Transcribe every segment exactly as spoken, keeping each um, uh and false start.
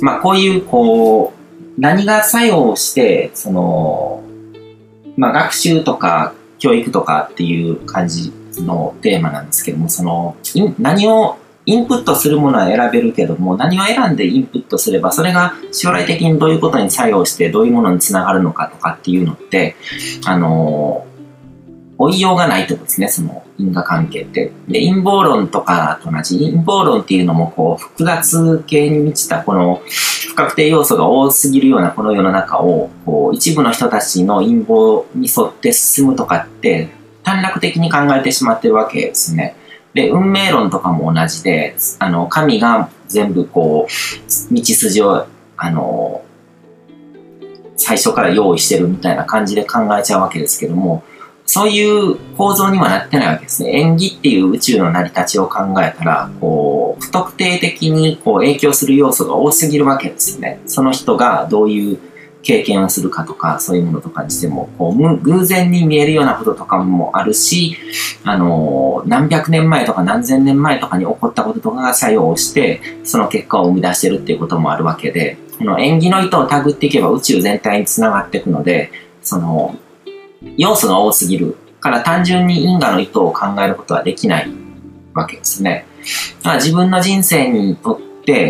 まあこういう、こう、何が作用して、その、まあ学習とか教育とかっていう感じのテーマなんですけども、その、何をインプットするものは選べるけども、何を選んでインプットすれば、それが将来的にどういうことに作用して、どういうものにつながるのかとかっていうのって、あの、追いようがないってことですね、その因果関係って。で、陰謀論とかと同じ、陰謀論っていうのも、こう、複雑系に満ちた、この、不確定要素が多すぎるようなこの世の中を、こう、一部の人たちの陰謀に沿って進むとかって、短絡的に考えてしまってるわけですね。で、運命論とかも同じで、あの、神が全部こう、道筋を、あの、最初から用意してるみたいな感じで考えちゃうわけですけども、そういう構造にはなってないわけですね。縁起っていう宇宙の成り立ちを考えたら、こう、不特定的にこう影響する要素が多すぎるわけですよね。その人がどういう経験をするかとか、そういうものとかにしても、こう、偶然に見えるようなこととかもあるし、あの、何百年前とか何千年前とかに起こったこととかが作用して、その結果を生み出してるっていうこともあるわけで、この縁起の糸をたぐっていけば宇宙全体につながっていくので、その、要素が多すぎるから単純に因果の意図を考えることはできないわけですね。だから自分の人生にとって、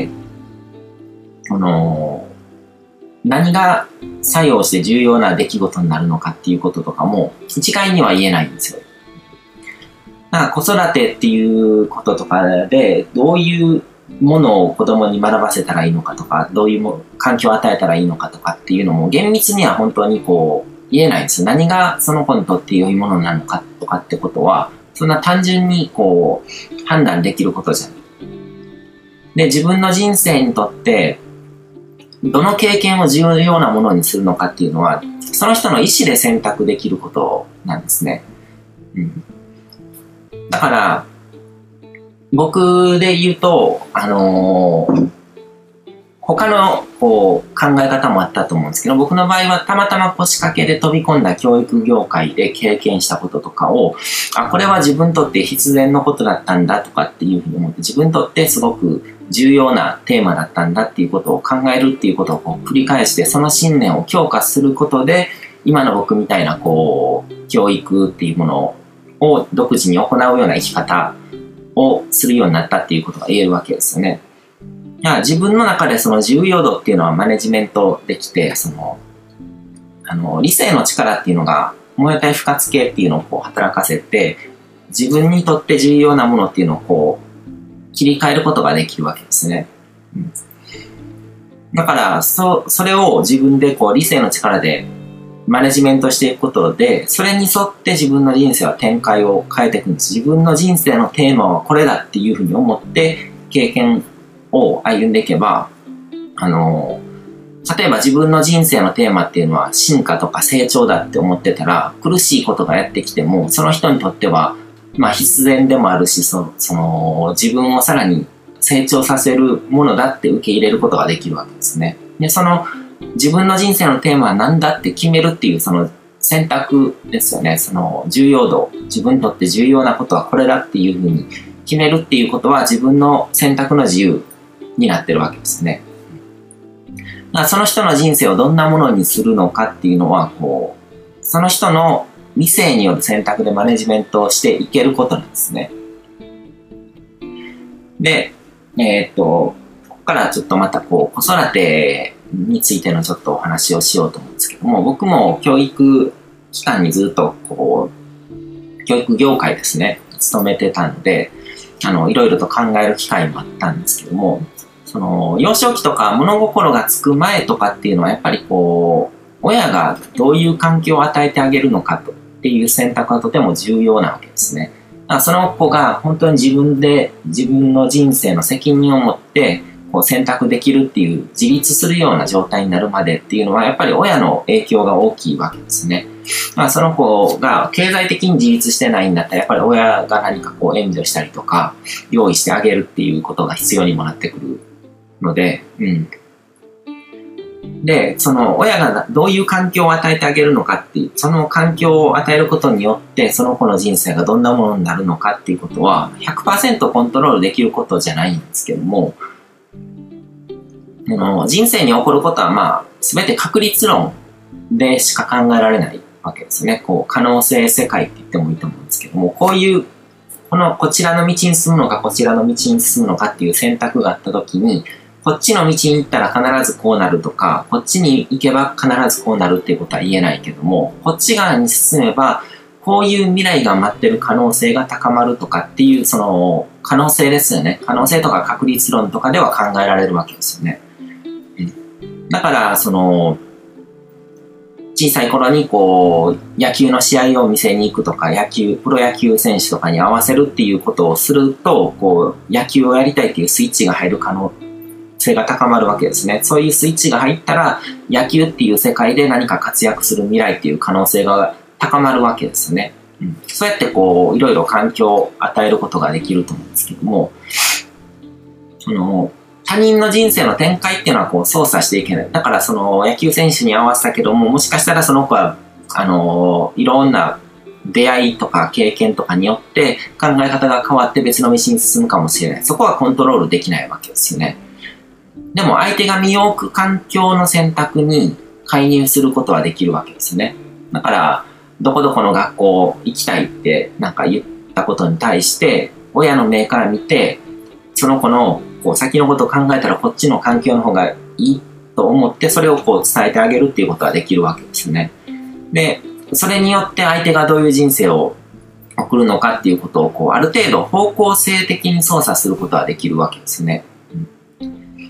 この、何が作用して重要な出来事になるのかっていうこととかも一概には言えないんですよ。だから子育てっていうこととかでどういうものを子供に学ばせたらいいのかとか、どういうも環境を与えたらいいのかとかっていうのも厳密には本当にこう、言えないんですよ。何がその子にとって良いものなのかとかってことは、そんな単純にこう、判断できることじゃない。で、自分の人生にとって、どの経験を重要なものにするのかっていうのは、その人の意思で選択できることなんですね。うん。だから、僕で言うと、あのー、他のこう考え方もあったと思うんですけど、僕の場合はたまたま腰掛けで飛び込んだ教育業界で経験したこととかを、あ、これは自分にとって必然のことだったんだとかっていうふうに思って、自分にとってすごく重要なテーマだったんだっていうことを考えるっていうことをこう繰り返して、その信念を強化することで、今の僕みたいなこう、教育っていうものを独自に行うような生き方をするようになったっていうことが言えるわけですよね。自分の中でその重要度っていうのはマネジメントできて、その、あの、理性の力っていうのが、燃えたい不活系っていうのをこう働かせて、自分にとって重要なものっていうのをこう、切り替えることができるわけですね。うん、だから、そ、それを自分でこう、理性の力でマネジメントしていくことで、それに沿って自分の人生は展開を変えていくんです。自分の人生のテーマはこれだっていうふうに思って、経験を歩んでいけば、あの、例えば自分の人生のテーマっていうのは進化とか成長だって思ってたら、苦しいことがやってきても、その人にとっては、まあ必然でもあるし、そその自分をさらに成長させるものだって受け入れることができるわけですね。で、その自分の人生のテーマは何だって決めるっていうその選択ですよね。その重要度、自分にとって重要なことはこれだっていうふうに決めるっていうことは自分の選択の自由になってるわけですね。だからその人の人生をどんなものにするのかっていうのは、こう、その人の理性による選択でマネジメントをしていけることなんですね。で、えー、っと、ここからちょっとまたこう、子育てについてのちょっとお話をしようと思うんですけども、僕も教育機関にずっとこう、教育業界ですね、勤めてたので、あの、いろいろと考える機会もあったんですけども、その、幼少期とか物心がつく前とかっていうのはやっぱりこう、親がどういう環境を与えてあげるのかとっていう選択はとても重要なわけですね。だからその子が本当に自分で自分の人生の責任を持ってこう選択できるっていう自立するような状態になるまでっていうのはやっぱり親の影響が大きいわけですね。まあ、その子が経済的に自立してないんだったらやっぱり親が何かこう援助したりとか用意してあげるっていうことが必要にもなってくるので、うん。で、その親がどういう環境を与えてあげるのかっていう、その環境を与えることによってその子の人生がどんなものになるのかっていうことは ひゃくパーセント コントロールできることじゃないんですけども、 の人生に起こることはまあ全て確率論でしか考えられないわけですね。こう可能性世界って言ってもいいと思うんですけども、こういうこのこちらの道に進むのかこちらの道に進むのかっていう選択があった時に、こっちの道に行ったら必ずこうなるとか、こっちに行けば必ずこうなるっていうことは言えないけども、こっち側に進めばこういう未来が待ってる可能性が高まるとかっていう、その可能性ですよね。可能性とか確率論とかでは考えられるわけですよね。うん、だからその小さい頃にこう野球の試合を見せに行くとか、野球プロ野球選手とかに合わせるっていうことをすると、こう野球をやりたいっていうスイッチが入る可能性が高まるわけですね。そういうスイッチが入ったら野球っていう世界で何か活躍する未来っていう可能性が高まるわけですね。うん、そうやってこういろいろ環境を与えることができると思うんですけども、その他人の人生の展開っていうのはこう操作していけない。だからその野球選手に合わせたけども、もしかしたらその子はあのいろんな出会いとか経験とかによって考え方が変わって別の道に進むかもしれない。そこはコントロールできないわけですよね。でも相手が身を置く環境の選択に介入することはできるわけですね。だからどこどこの学校行きたいってなんか言ったことに対して親の目から見て、その子のこう先のことを考えたらこっちの環境の方がいいと思ってそれをこう伝えてあげるっていうことはできるわけですね。で、それによって相手がどういう人生を送るのかっていうことをこうある程度方向性的に操作することはできるわけですね。うん、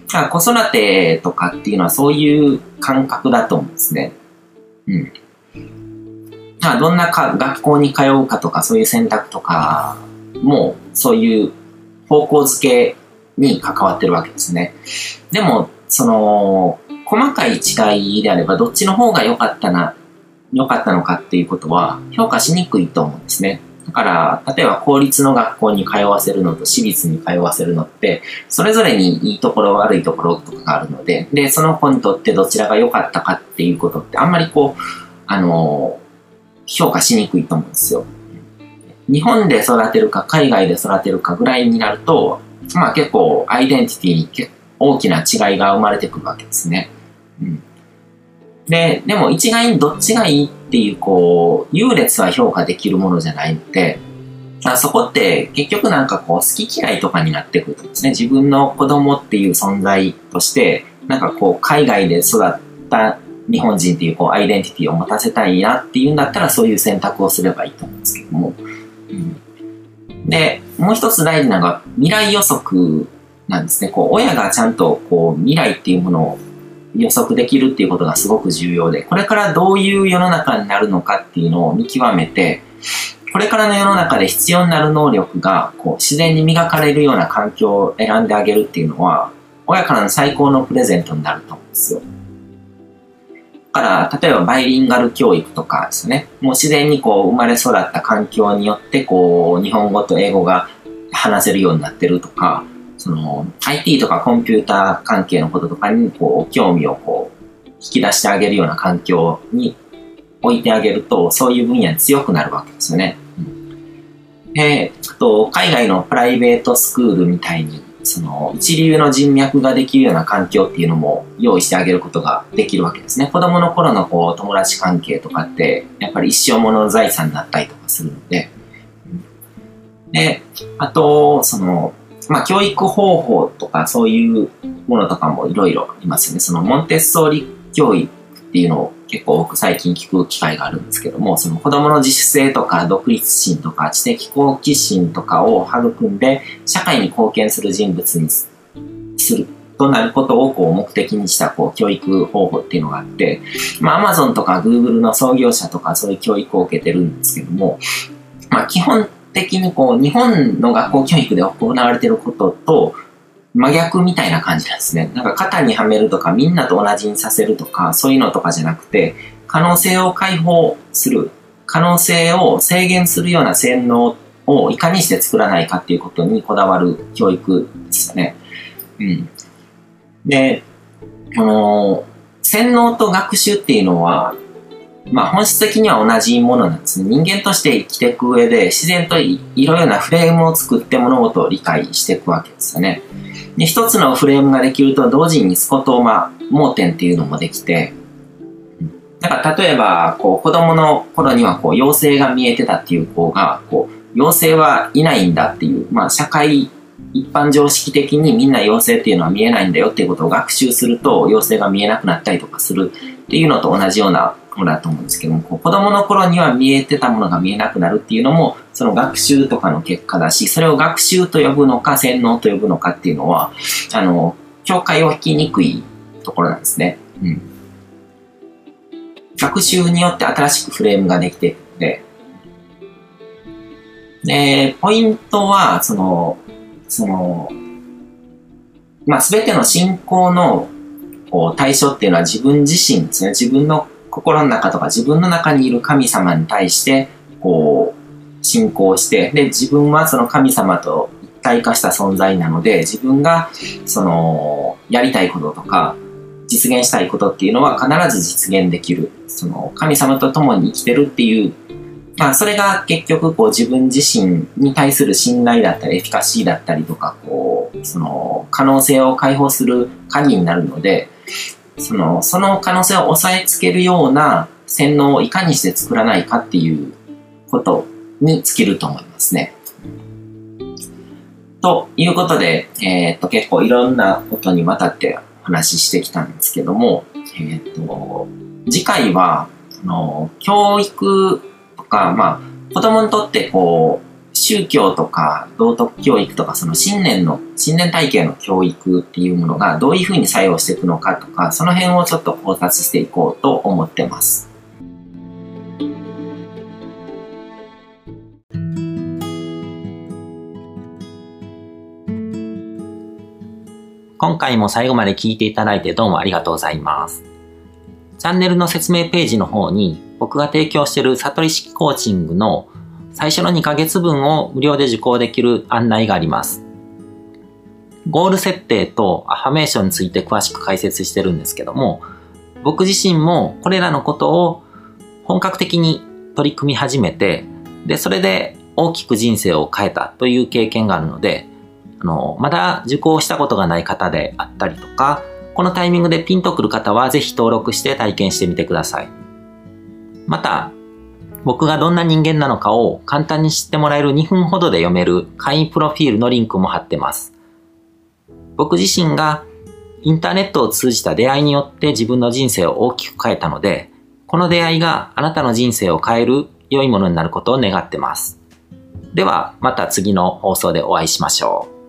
だから子育てとかっていうのはそういう感覚だと思うんですね。うん。まあどんなか学校に通うかとかそういう選択とかもそういう方向づけに関わってるわけですね。でもその細かい違いであればどっちの方が良かったな良かったのかっていうことは評価しにくいと思うんですね。だから例えば公立の学校に通わせるのと私立に通わせるのってそれぞれにいいところ悪いところとかがあるので、でその子にとってどちらが良かったかっていうことってあんまりこうあの評価しにくいと思うんですよ。日本で育てるか海外で育てるかぐらいになると、まあ結構アイデンティティに大きな違いが生まれてくるわけですね。うん、で、でも一概にどっちがいいっていうこう優劣は評価できるものじゃないので、あそこって結局なんかこう好き嫌いとかになってくるとですね、自分の子供っていう存在としてなんかこう海外で育った日本人っていうこうアイデンティティを持たせたいなっていうんだったらそういう選択をすればいいと思うんですけども、うん、でもう一つ大事なのが未来予測なんですね。こう親がちゃんとこう未来っていうものを予測できるっていうことがすごく重要で、これからどういう世の中になるのかっていうのを見極めて、これからの世の中で必要になる能力がこう自然に磨かれるような環境を選んであげるっていうのは親からの最高のプレゼントになると思うんですよ。だから例えばバイリンガル教育とかですね、もう自然にこう生まれ育った環境によってこう日本語と英語が話せるようになってるとか、その アイティー とかコンピューター関係のこととかにこう興味をこう引き出してあげるような環境に置いてあげるとそういう分野に強くなるわけですよね。うん、で、あと海外のプライベートスクールみたいにその一流の人脈ができるような環境っていうのも用意してあげることができるわけですね。子供の頃のこう友達関係とかってやっぱり一生ものの財産になったりとかするので、で、あとそのまあ教育方法とかそういうものとかもいろいろありますよね。そのモンテッソーリ教育っていうのを結構僕最近聞く機会があるんですけども、その子供の自主性とか独立心とか知的好奇心とかを育んで社会に貢献する人物にするとなることをこう目的にしたこう教育方法っていうのがあって、まあ Amazon とか Google の創業者とかそういう教育を受けてるんですけども、まあ基本的にこう日本の学校教育で行われていることと真逆みたいな感じなんですね。なんか型にはめるとかみんなと同じにさせるとかそういうのとかじゃなくて、可能性を解放する、可能性を制限するような洗脳をいかにして作らないかっていうことにこだわる教育ですよね。うん。で、この洗脳と学習っていうのはまあ本質的には同じものなんですね。人間として生きていく上で自然と い, いろいろなフレームを作って物事を理解していくわけですよね。で、一つのフレームができると同時にスコトーマ盲点っていうのもできて、だから例えばこう子供の頃にはこう妖精が見えてたっていう子がこう妖精はいないんだっていう、まあ社会一般常識的にみんな妖精っていうのは見えないんだよっていうことを学習すると妖精が見えなくなったりとかするっていうのと同じようなものだと思うんですけども、こう子供の頃には見えてたものが見えなくなるっていうのもその学習とかの結果だし、それを学習と呼ぶのか洗脳と呼ぶのかっていうのはあの境界を引きにくいところなんですね。うん、学習によって新しくフレームができているので、でポイントはそのそのまあ全ての信仰のこう対象っていうのは自分自身ですね。自分の心の中とか自分の中にいる神様に対してこう信仰して、で自分はその神様と一体化した存在なので、自分がそのやりたいこととか実現したいことっていうのは必ず実現できる、その神様と共に生きてるっていう、まあそれが結局こう自分自身に対する信頼だったりエフィカシーだったりとか、こうその可能性を解放する鍵になるので、そのその可能性を抑えつけるような洗脳をいかにして作らないかっていうことに尽きると思いますね。ということで、えー、っと結構いろんなことにわたってお話ししてきたんですけども、えー、っと次回はあの教育とか、まあ、子供にとってこう宗教とか道徳教育とかその信念の信念体系の教育っていうものがどういうふうに作用していくのかとか、その辺をちょっと考察していこうと思ってます。 今回も最後まで聞いていただいてどうもありがとうございます。チャンネルの説明ページの方に僕が提供している悟り式コーチングの最初のにかげつぶんを無料で受講できる案内があります。ゴール設定とアファメーションについて詳しく解説してるんですけども、僕自身もこれらのことを本格的に取り組み始めて、で、それで大きく人生を変えたという経験があるので、あの、まだ受講したことがない方であったりとか、このタイミングでピンとくる方はぜひ登録して体験してみてください。また、僕がどんな人間なのかを簡単に知ってもらえるにふんほどで読める会員プロフィールのリンクも貼ってます。僕自身がインターネットを通じた出会いによって自分の人生を大きく変えたので、この出会いがあなたの人生を変える良いものになることを願ってます。ではまた次の放送でお会いしましょう。